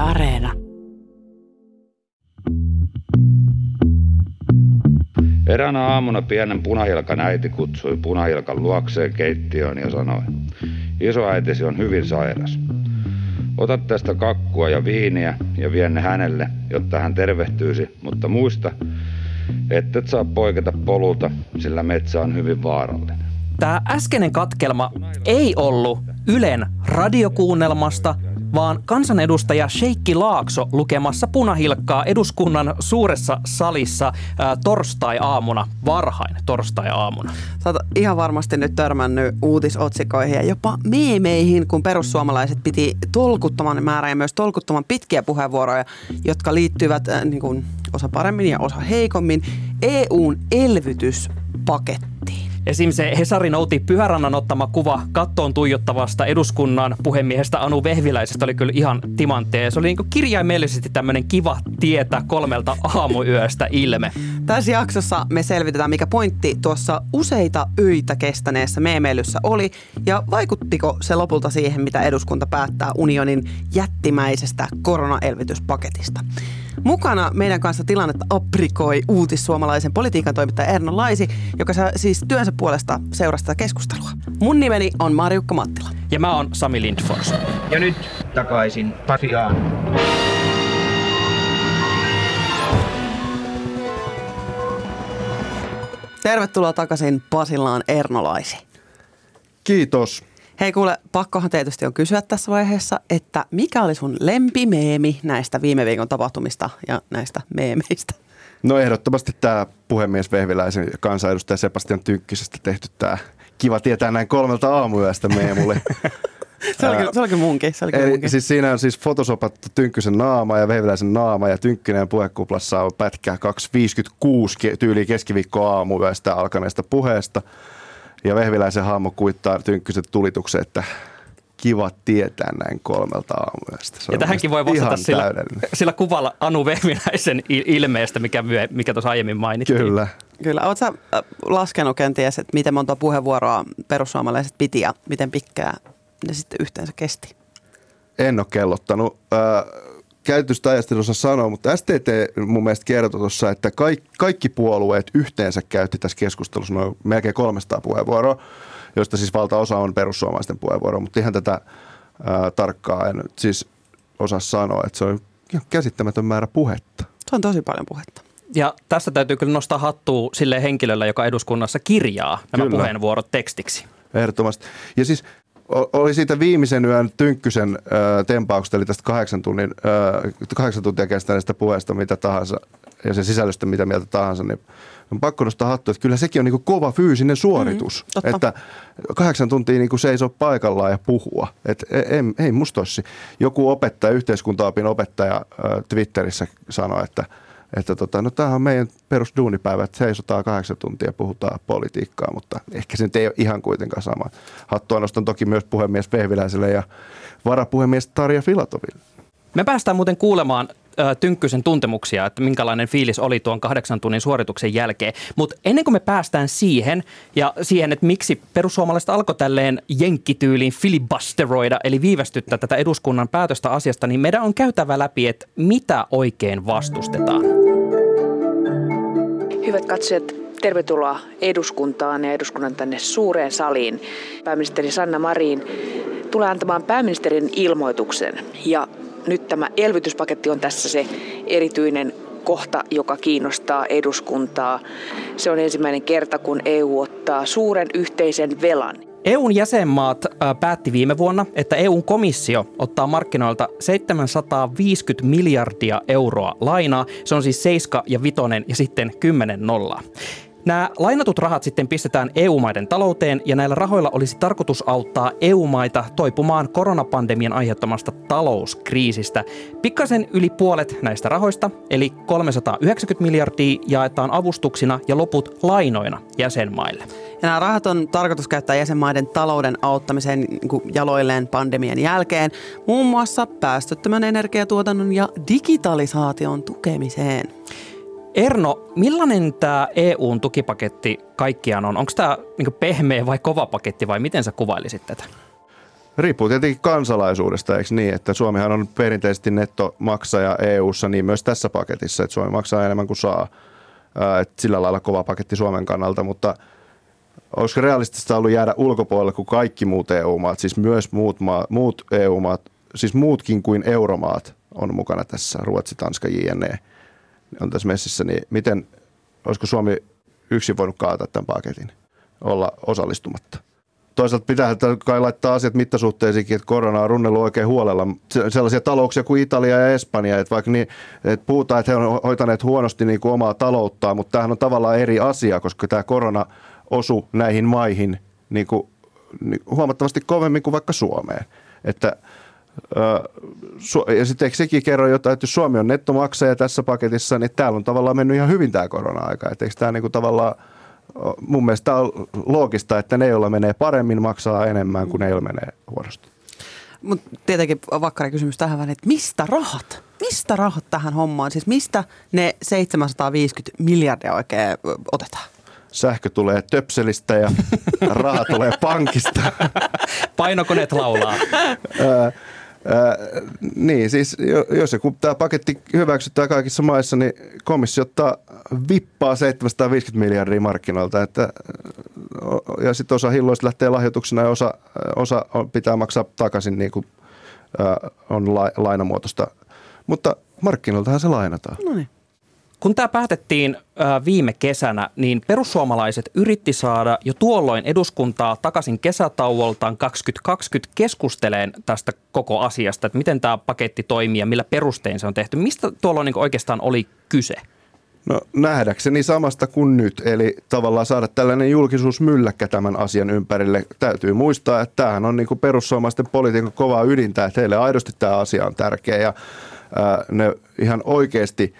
Areena. Eräänä aamuna pienen punahilkan äiti kutsui punahilkan luokseen keittiöön ja sanoi: "Isoäitisi on hyvin sairas. Ota tästä kakkua ja viiniä ja vie ne hänelle, jotta hän tervehtyisi, mutta muista, ettet saa poiketa polulta, sillä metsä on hyvin vaarallinen." Tämä äskeinen katkelma ei ollut Ylen radiokuunnelmasta, vaan kansanedustaja Sheikki Laakso lukemassa punahilkkaa eduskunnan suuressa salissa torstai-aamuna, varhain torstai-aamuna. Sä oot ihan varmasti nyt törmännyt uutisotsikoihin ja jopa meemeihin, kun perussuomalaiset piti tolkuttoman määrän ja myös tolkuttoman pitkiä puheenvuoroja, jotka liittyvät niin kuin osa paremmin ja osa heikommin EUn elvytyspakettiin. Esimerkiksi se Hesarin Outi Pyhärannan ottama kuva kattoon tuijottavasta eduskunnan puhemiehestä Anu Vehviläisestä oli kyllä ihan timantteja. Se oli niin kuin kirjaimellisesti tämmöinen kiva tietä 3 aamuyöstä ilme. Tässä jaksossa me selvitetään, mikä pointti tuossa useita öitä kestäneessä meemeilyssä oli ja vaikuttiko se lopulta siihen, mitä eduskunta päättää unionin jättimäisestä koronaelvytyspaketista. Mukana meidän kanssa tilannetta aprikoi uutissuomalaisen politiikan toimittaja Erno Laisi, joka siis työnsä puolesta seurasi tätä keskustelua. Mun nimeni on Marjukka Mattila. Ja mä oon Sami Lindfors. Ja nyt takaisin Pasiaan. Tervetuloa takaisin Pasilaan, Erno Laisi. Kiitos. Hei kuule, pakkohan tietysti on kysyä tässä vaiheessa, että mikä oli sun lempimeemi näistä viime viikon tapahtumista ja näistä meemeistä? No ehdottomasti tämä puhemies Vehviläisen ja kansanedustaja Sebastian Tynkkysestä tehty tämä kiva tietää näin 3 aamuyöstä meemulle. Se oli kyllä munkin. Siis siinä on siis fotosopattu Tynkkysen naama ja Vehviläisen naama ja Tynkkynen puhekuplassa on pätkää 2.56 tyyliin keskiviikko aamuyöstä alkaneesta puheesta. Ja Vehviläisen hahmo kuittaa Tynkkysen tulituksen, että kiva tietää näin 3 aamuyöstä. Ja tähänkin voi vastata sillä kuvalla Anu Vehviläisen ilmeestä, mikä tuossa aiemmin mainittiin. Kyllä. Oletko sä laskenut kenties, että miten monta puheenvuoroa perussuomalaiset piti ja miten pitkään ne sitten yhteensä kesti? En ole kellottanut. Käytöstä ajasta en osaa sanoa, mutta STT mun mielestä kertoi tuossa, että kaikki puolueet yhteensä käytti tässä keskustelussa noin melkein 300 puheenvuoroa, joista siis valtaosa on perussuomalaisten puheenvuoroa, mutta ihan tätä tarkkaa en siis osaa sanoa, että se on ihan käsittämätön määrä puhetta. Se on tosi paljon puhetta. Ja tässä täytyy kyllä nostaa hattua sille henkilölle, joka eduskunnassa kirjaa nämä puheenvuorot tekstiksi. Ehdottomasti. Ja siis oli siitä viimeisen yön Tynkkysen tempauksesta, eli tästä 8 tuntia kestäneestä puheesta mitä tahansa, ja sen sisällöstä mitä mieltä tahansa, niin on pakko nostaa hattua, että kyllä sekin on niin kuin kova fyysinen suoritus. Että 8 tuntia niin kuin seisoo paikallaan ja puhua. Että ei musta olisi. Joku opettaja, yhteiskuntaopin opettaja Twitterissä sanoi, että no tämähän on meidän perusduunipäivä, että seisotaan 8 tuntia ja puhutaan politiikkaa, mutta ehkä se nyt ei ole ihan kuitenkaan sama. Hattua nostan toki myös puhemies Vehviläiselle ja varapuhemies Tarja Filatoville. Me päästään muuten kuulemaan Tynkkysen tuntemuksia, että minkälainen fiilis oli tuon 8 tunnin suorituksen jälkeen. Mutta ennen kuin me päästään siihen, että miksi perussuomalaiset alkoi tälleen jenkkityyliin filibusteroida, eli viivästyttää tätä eduskunnan päätöstä asiasta, niin meidän on käytävä läpi, että mitä oikein vastustetaan. Hyvät katsojat, tervetuloa eduskuntaan ja eduskunnan tänne suureen saliin. Pääministeri Sanna Marin tulee antamaan pääministerin ilmoituksen ja nyt tämä elvytyspaketti on tässä se erityinen kohta, joka kiinnostaa eduskuntaa. Se on ensimmäinen kerta, kun EU ottaa suuren yhteisen velan. EUn jäsenmaat päätti viime vuonna, että EUn komissio ottaa markkinoilta 750 miljardia euroa lainaa. Se on siis 7 ja 5 ja sitten 10 nollaa. Nämä lainatut rahat sitten pistetään EU-maiden talouteen ja näillä rahoilla olisi tarkoitus auttaa EU-maita toipumaan koronapandemian aiheuttamasta talouskriisistä. Pikkasen yli puolet näistä rahoista, eli 390 miljardia, jaetaan avustuksina ja loput lainoina jäsenmaille. Ja nämä rahat on tarkoitus käyttää jäsenmaiden talouden auttamiseen jaloilleen pandemian jälkeen, muun muassa päästöttömän energiatuotannon ja digitalisaation tukemiseen. Erno, millainen tämä EUn tukipaketti kaikkiaan on? Onko tämä niin pehmeä vai kova paketti vai miten sä kuvailisit tätä? Riippuu tietenkin kansalaisuudesta, eikö niin, että Suomihan on perinteisesti nettomaksaja EU:ssa, niin myös tässä paketissa, että Suomi maksaa enemmän kuin saa. Että sillä lailla kova paketti Suomen kannalta, mutta olisiko realistista ollut jäädä ulkopuolelle kuin kaikki muut EU-maat, siis myös muut EU-maat, siis muutkin kuin euromaat on mukana tässä, Ruotsi, Tanska, JNE on tässä messissä, niin olisiko Suomi yksin voinut kaataa tämän paketin, olla osallistumatta? Toisaalta pitää kai laittaa asiat mittasuhteisiinkin, että korona on runnellut oikein huolella. Sellaisia talouksia kuin Italia ja Espanja, että vaikka että puhutaan, että he on hoitaneet huonosti niin kuin omaa talouttaan, mutta tämähän on tavallaan eri asia, koska tämä korona osui näihin maihin niin kuin huomattavasti kovemmin kuin vaikka Suomeen. Ja sitten eikö sekin kerro jotain, että jos Suomi on nettomaksaja tässä paketissa, niin täällä on tavallaan mennyt ihan hyvin tämä korona-aika. Että eikö tämä niin kuin tavallaan, mun mielestä on loogista, että ne, joilla menee paremmin, maksaa enemmän kuin ne, joilla menee huonosti. Mutta tietenkin vakkari kysymys tähän väliin, että mistä rahat? Mistä rahat tähän hommaan? Siis mistä ne 750 miljardia oikein otetaan? Sähkö tulee töpselistä ja raha tulee pankista. Painokoneet laulaa. Niin, siis jos tämä paketti hyväksytään kaikissa maissa, niin komissio ottaa vippaa 750 miljardia markkinoilta. Ja sitten osa hilloista lähtee lahjoituksena ja osa pitää maksaa takaisin, niin kuin on lainamuotoista. Mutta markkinoiltahan se lainataan. No niin. Kun tämä päätettiin viime kesänä, niin perussuomalaiset yritti saada jo tuolloin eduskuntaa takaisin kesätauoltaan 2020 keskusteleen tästä koko asiasta, että miten tämä paketti toimii ja millä perustein se on tehty. Mistä tuolloin niin oikeastaan oli kyse? No nähdäkseni samasta kuin nyt, eli tavallaan saada tällainen julkisuusmylläkkä tämän asian ympärille. Täytyy muistaa, että tämähän on niin kuin perussuomalaisten politiikan kovaa ydintä, että heille aidosti tämä asia on tärkeä ja ne ihan oikeasti.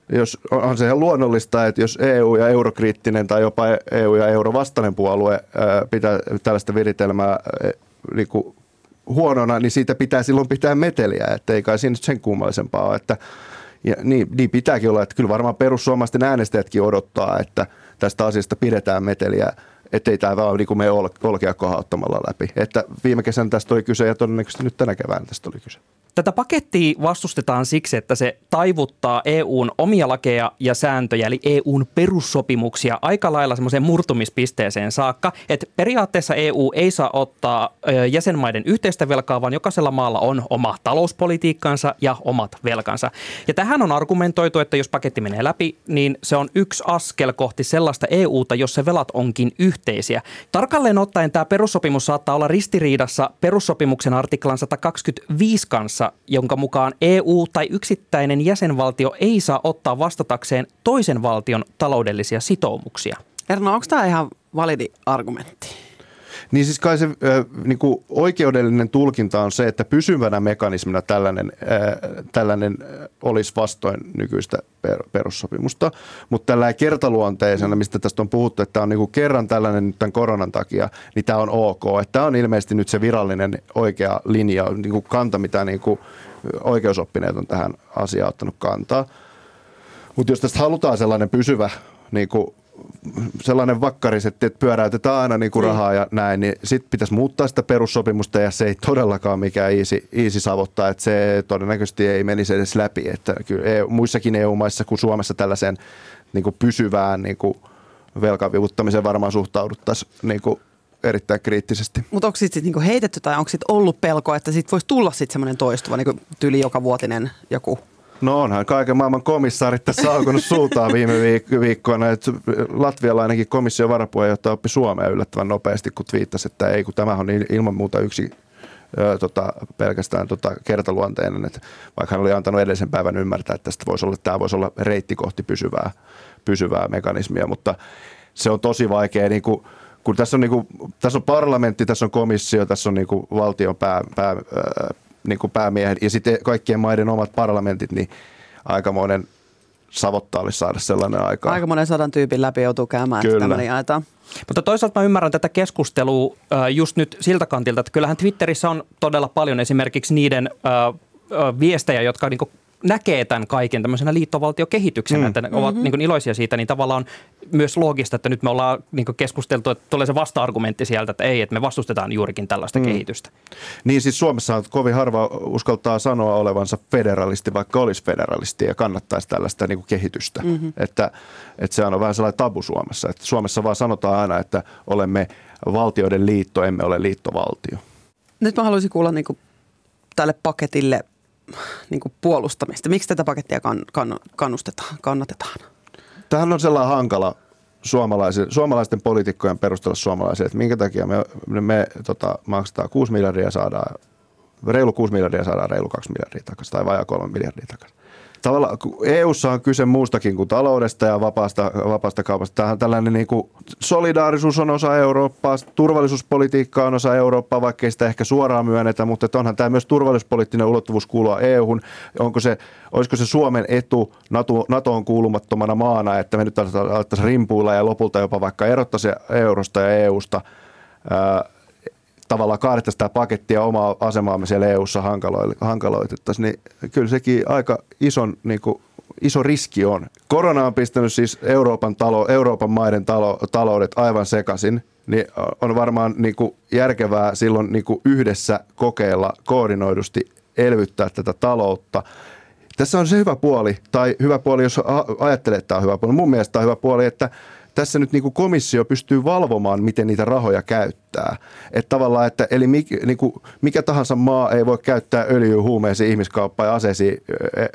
On se ihan luonnollista, että jos EU- ja eurokriittinen tai jopa EU- ja eurovastainen puolue pitää tällaista viritelmää niin kuin huonona, niin siitä pitää silloin pitää meteliä, että ei kai siinä sen kummallisempaa ole. Ja niin pitääkin olla, että kyllä varmaan perussuomalaisten äänestäjätkin odottaa, että tästä asiasta pidetään meteliä, ettei tämä vaan niin kuin me olkia kohauttamalla läpi. Että viime kesänä tästä oli kyse ja todennäköisesti nyt tänä keväänä tästä oli kyse. Tätä pakettia vastustetaan siksi, että se taivuttaa EUn omia lakeja ja sääntöjä, eli EUn perussopimuksia aika lailla semmoiseen murtumispisteeseen saakka, että periaatteessa EU ei saa ottaa jäsenmaiden yhteistä velkaa, vaan jokaisella maalla on oma talouspolitiikkansa ja omat velkansa. Ja tähän on argumentoitu, että jos paketti menee läpi, niin se on yksi askel kohti sellaista EUta, jossa velat onkin yhteisiä. Tarkalleen ottaen tämä perussopimus saattaa olla ristiriidassa perussopimuksen artiklan 125 kanssa, jonka mukaan EU tai yksittäinen jäsenvaltio ei saa ottaa vastatakseen toisen valtion taloudellisia sitoumuksia. Erno, onko tämä ihan validi argumentti? Niin siis kai se niin kuin oikeudellinen tulkinta on se, että pysyvänä mekanismina tällainen olisi vastoin nykyistä perussopimusta, mutta tällainen kertaluonteisena, mistä tästä on puhuttu, että tämä on niin kuin kerran tällainen nyt tämän koronan takia, niin tämä on ok. Että tämä on ilmeisesti nyt se virallinen oikea linja, niin kuin kanta, mitä niin kuin oikeusoppineet on tähän asiaan ottanut kantaa. Mutta jos tästä halutaan sellainen pysyvä niin kuin sellainen vakkaris, että pyöräytetään aina niin kuin rahaa ja näin, niin sitten pitäisi muuttaa sitä perussopimusta ja se ei todellakaan mikään easy savottaa, että se todennäköisesti ei menisi edes läpi. Että kyllä muissakin EU-maissa kuin Suomessa tällaiseen niin kuin pysyvään niin kuin velkavivuttamiseen varmaan suhtauduttaisiin niin kuin erittäin kriittisesti. Mutta onko sitten niinku heitetty tai onko sitten ollut pelko, että sitten voisi tulla sitten semmoinen toistuva niin tyyli joka vuotinen joku? No onhan kaiken maailman komissaarit tässä alkanut suutaan viime viikkoina. Että latvialainenkin komission varapuheenjohtaja oppi suomea yllättävän nopeasti, kun twiittasi, että ei, kun tämä on ilman muuta yksi pelkästään kertaluonteinen. Että vaikka hän oli antanut edellisen päivän ymmärtää, että tämä voisi olla reitti kohti pysyvää mekanismia, mutta se on tosi vaikea. Niin kun tässä on parlamentti, tässä on komissio, tässä on valtion niin kuin päämiehet ja sitten kaikkien maiden omat parlamentit, niin aikamoinen savottaa olisi saada sellainen aikaan. Aikamoinen 100 tyypin läpi joutuu käymään. Kyllä. Mutta toisaalta mä ymmärrän tätä keskustelua just nyt siltä kantilta, että kyllähän Twitterissä on todella paljon esimerkiksi niiden viestejä, jotka niinku näkee tämän kaiken tämmöisenä liittovaltiokehityksenä, että ne ovat niin kuin iloisia siitä, niin tavallaan on myös loogista, että nyt me ollaan niin kuin keskusteltu, että tulee se vasta-argumentti sieltä, että ei, että me vastustetaan juurikin tällaista kehitystä. Niin siis Suomessa kovin harva uskaltaa sanoa olevansa federalisti, vaikka olisi federalisti ja kannattaisi tällaista niin kuin kehitystä. Että se on vähän sellainen tabu Suomessa. Että Suomessa vaan sanotaan aina, että olemme valtioiden liitto, emme ole liittovaltio. Nyt mä haluaisin kuulla niin kuin tälle paketille niin kuin puolustamista. Miksi tätä pakettia kannatetaan? Tämähän on sellainen hankala suomalaisten poliitikkojen perustella suomalaisia, että minkä takia me maksetaan 6 miljardia saadaan, reilu 6 miljardia saadaan reilu 2 miljardia takaisin tai vajaa 3 miljardia takaisin. Tavallaan EU:ssa on kyse muustakin kuin taloudesta ja vapaasta kaupasta. Tämähän tällainen niin kuin solidaarisuus on osa Eurooppaa, turvallisuuspolitiikka on osa Eurooppaa, vaikka ei sitä ehkä suoraan myönnetä, mutta onhan tämä myös turvallisuuspoliittinen ulottuvuus kuulua EU:hun. Olisiko se Suomen etu NATOon kuulumattomana maana, että me nyt alettaisiin rimpuilla ja lopulta jopa vaikka erottaisiin eurosta ja EU:sta, tavallaan kaadettaisiin tämä paketti ja omaa asemaamme siellä EU:ssa hankaloitettaisiin, niin kyllä sekin aika iso riski on. Korona on pistänyt siis Euroopan maiden taloudet aivan sekaisin, niin on varmaan järkevää silloin yhdessä kokeilla koordinoidusti elvyttää tätä taloutta. Tässä on se hyvä puoli, jos ajattelee, että tämä on hyvä puoli. Mun mielestä on hyvä puoli, että tässä nyt komissio pystyy valvomaan, miten niitä rahoja käyttää. Että tavallaan, eli mikä tahansa maa ei voi käyttää öljyä, huumeisiin, ihmiskauppaan ja aseisiin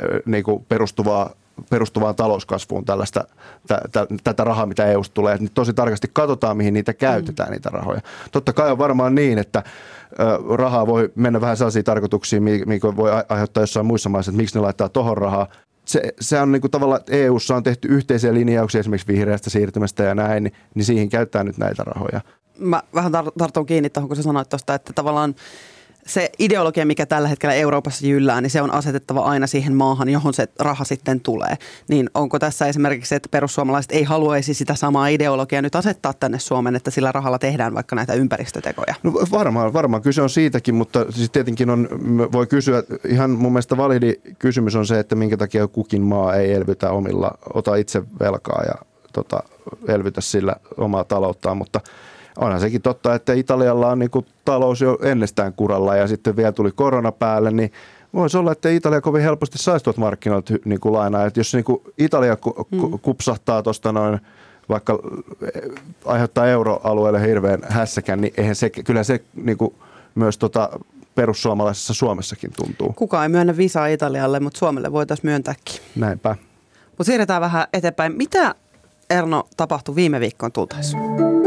perustuvaan talouskasvuun tätä rahaa, mitä EU:sta tulee. Että tosi tarkasti katsotaan, mihin niitä käytetään, niitä rahoja. Totta kai on varmaan niin, että rahaa voi mennä vähän sellaisiin tarkoituksiin, mikä voi aiheuttaa jossain muissa maissa, että miksi ne laittaa tohon rahaa. Se on tavallaan, että EU:ssa on tehty yhteisiä linjauksia esimerkiksi vihreästä siirtymästä ja näin, niin siihen käyttää nyt näitä rahoja. Mä vähän tartun kiinni tuohon, kun sä sanoit tuosta, että tavallaan se ideologia, mikä tällä hetkellä Euroopassa jyllää, niin se on asetettava aina siihen maahan, johon se raha sitten tulee. Niin onko tässä esimerkiksi, että perussuomalaiset ei haluaisi sitä samaa ideologiaa nyt asettaa tänne Suomeen, että sillä rahalla tehdään vaikka näitä ympäristötekoja? No varmaan kyse on siitäkin, mutta siis tietenkin voi kysyä, ihan mun mielestä validi kysymys on se, että minkä takia kukin maa ei elvytä ota itse velkaa ja elvytä sillä omaa talouttaan, mutta onhan sekin totta, että Italialla on talous jo ennestään kuralla ja sitten vielä tuli korona päälle, niin voisi olla, että Italia kovin helposti saisi tuolta markkinoilta lainaa. Että jos Italia kupsahtaa tuosta noin, vaikka aiheuttaa euroalueelle hirveän hässäkän, niin eihän kyllä se myös perussuomalaisessa Suomessakin tuntuu. Kukaan ei myönnä visaa Italialle, mutta Suomelle voitaisiin myöntääkin. Näinpä. Mutta siirretään vähän eteenpäin. Mitä, Erno, tapahtui viime viikkoon tultaessa?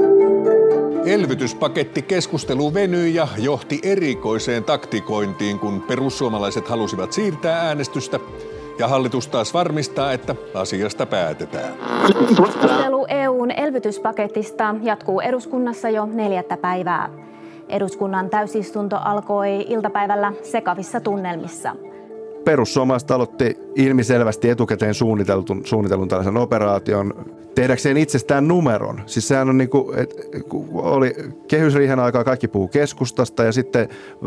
Elvytyspaketti keskustelu venyi ja johti erikoiseen taktikointiin, kun perussuomalaiset halusivat siirtää äänestystä ja hallitus taas varmistaa, että asiasta päätetään. Keskustelu EU:n elvytyspaketista jatkuu eduskunnassa jo 4. päivää. Eduskunnan täysistunto alkoi iltapäivällä sekavissa tunnelmissa. Perussuomalaiset aloitti ilmiselvästi etukäteen suunnitellun tällaisen operaation tehdäkseen itsestään numeron. Siis sehän on oli kehysriihen aikaa kaikki puhuu keskustasta ja sitten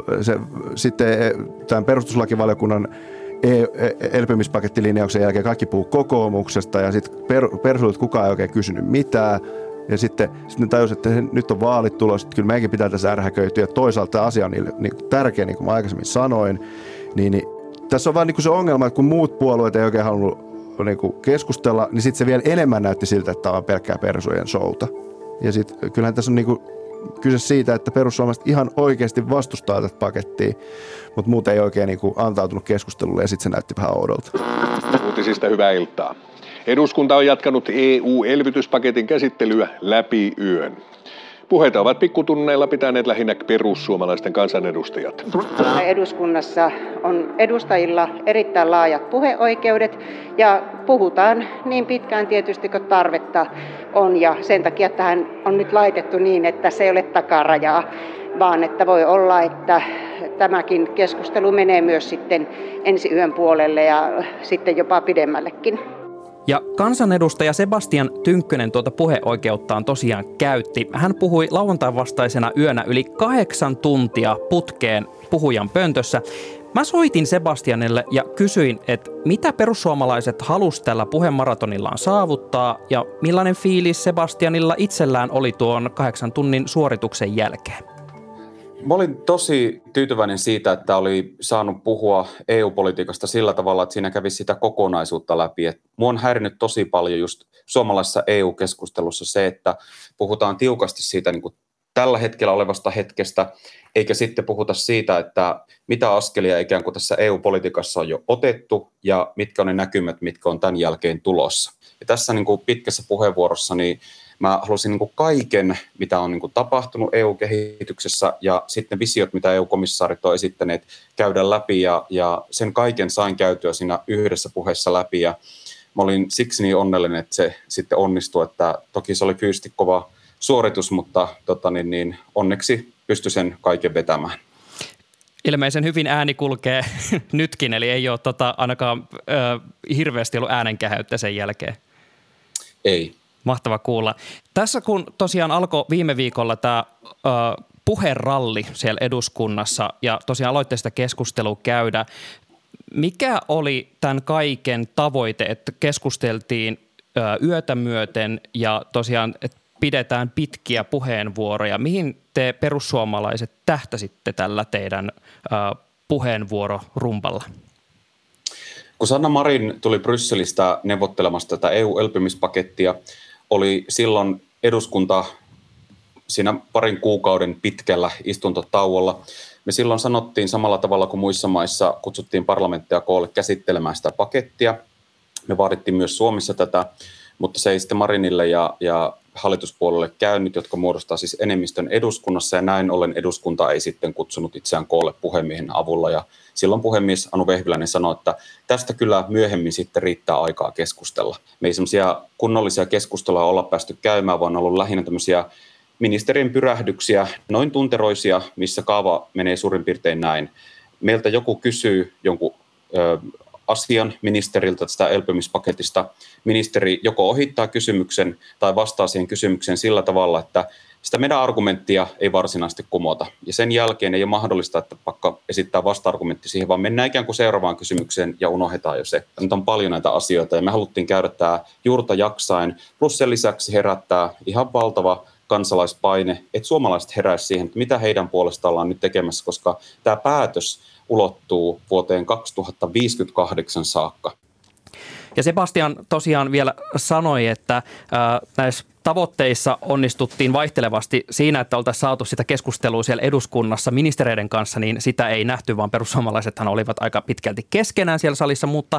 tämän perustuslakivaliokunnan elpymispakettilinjauksen jälkeen kaikki puhuu kokoomuksesta ja sitten persuilut kukaan ei oikein kysynyt mitään. Ja sitten ne tajusivat, että nyt on vaalit tulossa, että kyllä meidänkin pitää tässä ärhäköityä. Toisaalta asia on tärkeä, niin kuin mä aikaisemmin sanoin, niin tässä on vaan se ongelma, että kun muut puolueet ei oikein halunnut keskustella, niin sitten se vielä enemmän näytti siltä, että tämä on pelkkää persujen showta. Ja sitten kyllähän tässä on kyse siitä, että perussuomalaiset ihan oikeasti vastustaa tätä pakettia, mutta muut ei oikein antautunut keskustelulle ja sitten se näytti vähän oudolta. Uutisista hyvää iltaa. Eduskunta on jatkanut EU-elvytyspaketin käsittelyä läpi yön. Puheita ovat pikkutunneilla pitäneet lähinnä perussuomalaisten kansanedustajat. Eduskunnassa on edustajilla erittäin laajat puheoikeudet ja puhutaan niin pitkään tietysti kun tarvetta on ja sen takia tähän on nyt laitettu niin, että se ei ole takarajaa, vaan että voi olla, että tämäkin keskustelu menee myös sitten ensi yön puolelle ja sitten jopa pidemmällekin. Ja kansanedustaja Sebastian Tynkkynen tuota puheoikeuttaan tosiaan käytti. Hän puhui lauantain vastaisena yönä yli 8 tuntia putkeen puhujan pöntössä. Mä soitin Sebastianille ja kysyin, että mitä perussuomalaiset halusi tällä puhemaratonillaan saavuttaa ja millainen fiilis Sebastianilla itsellään oli tuon 8 tunnin suorituksen jälkeen. Mä olin tosi tyytyväinen siitä, että oli saanut puhua EU-politiikasta sillä tavalla, että siinä kävisi sitä kokonaisuutta läpi. Mua on häirinyt tosi paljon just suomalaisessa EU-keskustelussa se, että puhutaan tiukasti siitä niin kuin tällä hetkellä olevasta hetkestä, eikä sitten puhuta siitä, että mitä askelia ikään kuin tässä EU-politiikassa on jo otettu ja mitkä on ne näkymät, mitkä on tämän jälkeen tulossa. Ja tässä niin kuin pitkässä puheenvuorossa niin mä halusin niin kuin kaiken, mitä on niin kuin tapahtunut EU-kehityksessä ja sitten visiot, mitä EU-komissaarit on esittäneet, käydä läpi ja sen kaiken sain käytyä siinä yhdessä puheessa läpi ja mä olin siksi niin onnellinen, että se sitten onnistui, että toki se oli fyysisesti kova suoritus, mutta onneksi pystyi sen kaiken vetämään. Ilmeisen hyvin ääni kulkee nytkin, eli ei ole ainakaan hirveästi ollut äänenkähäyttä sen jälkeen. Ei. Mahtava kuulla. Tässä kun tosiaan alkoi viime viikolla tämä puheralli siellä eduskunnassa ja tosiaan aloitte sitä keskustelua käydä, mikä oli tämän kaiken tavoite, että keskusteltiin yötä myöten ja tosiaan, että pidetään pitkiä puheenvuoroja. Mihin te perussuomalaiset tähtäsitte tällä teidän puheenvuororumpalla? Kun Sanna Marin tuli Brysselistä neuvottelemasta tätä EU-elpymispakettia, oli silloin eduskunta siinä parin kuukauden pitkällä istuntotauolla. Me silloin sanottiin samalla tavalla kuin muissa maissa, kutsuttiin parlamenttia koolle käsittelemään sitä pakettia. Me vaadittiin myös Suomessa tätä, mutta se ei sitten Marinille ja hallituspuolelle käynyt, jotka muodostaa siis enemmistön eduskunnassa, ja näin ollen eduskunta ei sitten kutsunut itseään koolle puhemiehen avulla, ja silloin puhemies Anu Vehviläinen sanoi, että tästä kyllä myöhemmin sitten riittää aikaa keskustella. Me ei semmoisia kunnollisia keskusteluja olla päästy käymään, vaan on ollut lähinnä tämmöisiä ministerien pyrähdyksiä, noin tunteroisia, missä kaava menee suurin piirtein näin. Meiltä joku kysyy jonkun asian ministeriltä tästä elpymispaketista. Ministeri joko ohittaa kysymyksen tai vastaa siihen kysymykseen sillä tavalla, että sitä meidän argumenttia ei varsinaisesti kumota. Ja sen jälkeen ei ole mahdollista, että vaikka esittää vasta-argumentti siihen, vaan mennään ikään kuin seuraavaan kysymykseen ja unohdetaan jo se. Nyt on paljon näitä asioita ja me haluttiin käydä tämä juurta jaksain. Plus sen lisäksi herättää ihan valtava kansalaispaine, että suomalaiset heräisivät siihen, että mitä heidän puolestaan ollaan nyt tekemässä, koska tämä päätös ulottuu vuoteen 2058 saakka. Ja Sebastian tosiaan vielä sanoi, että näissä tavoitteissa onnistuttiin vaihtelevasti siinä, että oltaisiin saatu sitä keskustelua siellä eduskunnassa ministereiden kanssa, niin sitä ei nähty, vaan perussuomalaisethan olivat aika pitkälti keskenään siellä salissa, mutta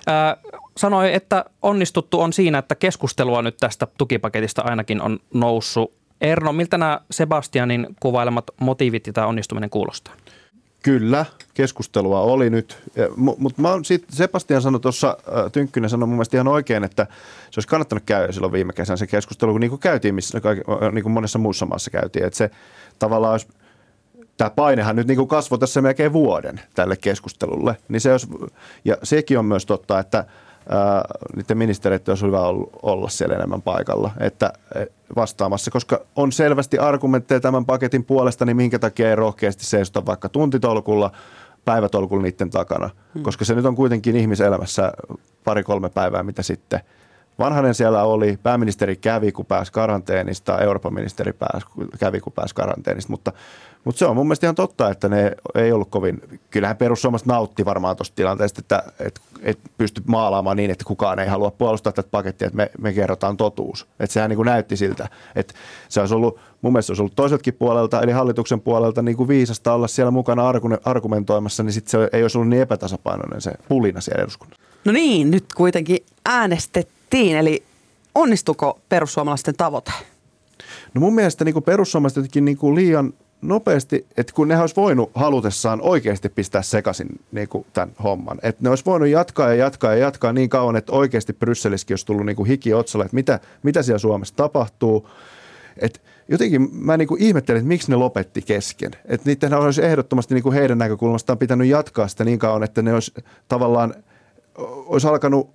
sanoi, että onnistuttu on siinä, että keskustelua nyt tästä tukipaketista ainakin on noussut. Erno, miltä nämä Sebastianin kuvailemat motiivit ja tämä onnistuminen kuulostaa? Kyllä, keskustelua oli nyt, mutta Sebastian sanoi tuossa, Tynkkynen sanoi mun mielestä ihan oikein, että se olisi kannattanut käydä silloin viime kesän se keskustelu, niin kuin käytiin, niin kuin monessa muussa maassa käytiin, että se tavallaan olisi, tämä painehan nyt niin kuin kasvoi tässä melkein vuoden tälle keskustelulle, niin se olisi, ja sekin on myös totta, että niiden ministereiden olisi hyvä olla siellä enemmän paikalla, että vastaamassa, koska on selvästi argumentteja tämän paketin puolesta, niin minkä takia ei rohkeasti seisota vaikka tuntitolkulla, päivätolkulla niiden takana, koska se nyt on kuitenkin ihmiselämässä 2-3 päivää, mitä sitten. Vanhanen siellä oli, pääministeri kävi, kun pääsi karanteenista, Euroopan ministeri kävi, kun pääsi karanteenista, mutta se on mun mielestä ihan totta, että ne ei ollut kovin, kyllähän perussuomalaiset nautti varmaan tuosta tilanteesta, että pysty maalaamaan niin, että kukaan ei halua puolustaa tätä pakettia, että me kerrotaan totuus. Että sehän niin kuin näytti siltä, että se olisi ollut, mun mielestä se olisi ollut toiseltakin puolelta, eli hallituksen puolelta niin kuin viisasta olla siellä mukana argumentoimassa, niin sitten se ei olisi ollut niin epätasapainoinen se pulina siellä eduskunnassa. No niin, nyt kuitenkin äänestettiin, eli onnistuko perussuomalaisten tavoite? No mun mielestä niin kuin perussuomalaiset jotenkin niin kuin liian nopeasti, että kun ne olisi voinut halutessaan oikeasti pistää sekaisin niin kuin tämän homman. Että ne olisi voinut jatkaa niin kauan, että oikeasti Brysselissäkin olisi tullut niin kuin hiki otsalle, että mitä siellä Suomessa tapahtuu. Että jotenkin mä niin kuin ihmettelin, että miksi ne lopetti kesken. Että niiden olisi ehdottomasti niin kuin heidän näkökulmastaan pitänyt jatkaa sitä niin kauan, että ne olisi tavallaan olisi alkanut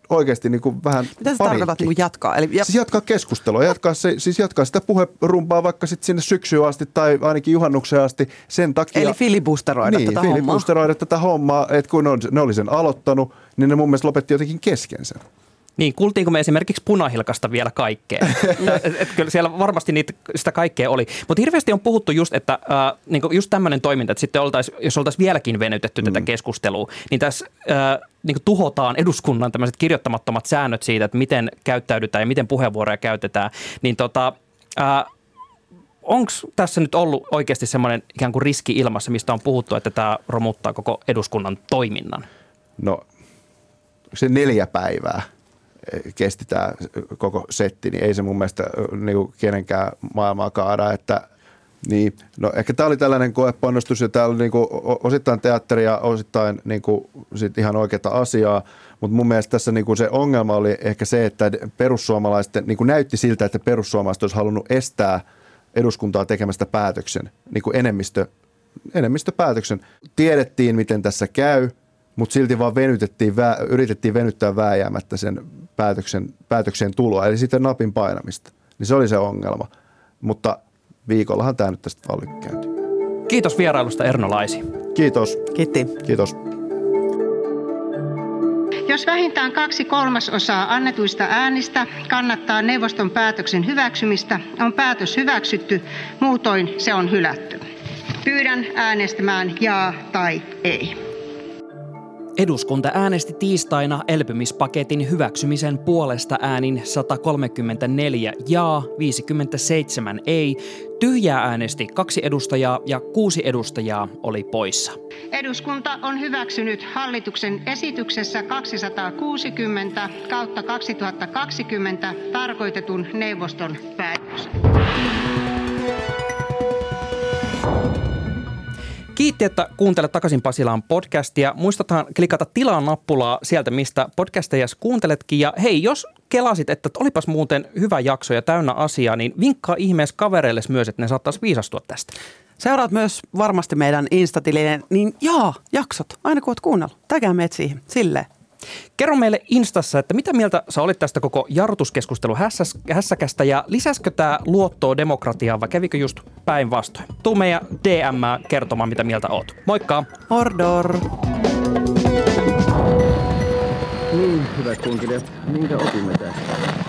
oikeasti niin kuin vähän mitä sä tarkoitat niin kuin jatkaa? Eli, siis jatkaa keskustelua, jatkaa sitä puherumpaa vaikka sitten sinne syksyyn asti tai ainakin juhannukseen asti sen takia. Eli filibusteroida tätä hommaa. Filibusteroida tätä hommaa, että kun ne oli sen aloittanut, niin ne mun mielestä lopetti jotenkin kesken sen. Niin, kuultiinko me esimerkiksi Punahilkasta vielä kaikkea? Kyllä siellä varmasti sitä kaikkea oli. Mutta hirveästi on puhuttu just, että niinku just tämmöinen toiminta, että sitten jos oltaisiin vieläkin venytetty tätä keskustelua, niin tässä niinku tuhotaan eduskunnan tämmöiset kirjoittamattomat säännöt siitä, että miten käyttäydytään ja miten puheenvuoroja käytetään. Niin onko tässä nyt ollut oikeasti semmoinen ikään kuin riski ilmassa, mistä on puhuttu, että tämä romuttaa koko eduskunnan toiminnan? No, se 4 päivää kesti tämä koko setti, niin ei se mun mielestä niin kenenkään maailmaa kaada. Että, niin, no ehkä tämä oli tällainen koeponnistus ja tämä oli niin kuin osittain teatteria, osittain niin kuin sit ihan oikeata asiaa, mutta mun mielestä tässä niin kuin se ongelma oli ehkä se, että perussuomalaisten, niin kuin näytti siltä, että perussuomalaiset olisi halunnut estää eduskuntaa tekemästä päätöksen, niin kuin enemmistöpäätöksen. Tiedettiin, miten tässä käy, mutta silti vaan yritettiin venyttää vääjäämättä sen päätökseen tuloa, eli sitten napin painamista. Niin se oli se ongelma. Mutta viikollahan tämä nyt tästä vaan lykkäytyi. Kiitos vierailusta Erno Laisi. Kiitos. Kiitti. Kiitos. Jos vähintään 2/3 annetuista äänistä kannattaa neuvoston päätöksen hyväksymistä, on päätös hyväksytty, muutoin se on hylätty. Pyydän äänestämään jaa tai ei. Eduskunta äänesti tiistaina elpymispaketin hyväksymisen puolesta äänin 134 jaa, 57 ei. Tyhjää äänesti 2 edustajaa ja 6 edustajaa oli poissa. Eduskunta on hyväksynyt hallituksen esityksessä 260/2020 tarkoitetun neuvoston päätöksen. Kiitti, että kuuntelet Takaisin Pasilaan podcastia. Muistathan klikata tilaa nappulaa sieltä, mistä podcasteja kuunteletkin. Ja hei, jos kelasit, että olipas muuten hyvä jakso ja täynnä asiaa, niin vinkkaa ihmeessä kavereille myös, että ne saattaisi viisastua tästä. Seuraat myös varmasti meidän Insta-tilinen, niin jaksot, aina kun oot kuunnellut. Tägää meet siihen, silleen. Kerro meille Instassa, että mitä mieltä sä olit tästä koko jarrutuskeskustelu hässäkästä ja lisäskö tää luottoa demokratiaan vai kävikö just päinvastoin? Tuu meidän DM kertomaan, mitä mieltä oot. Moikka! Ordor! Niin, hyvät kuuntelijat, minkä opimme tästä?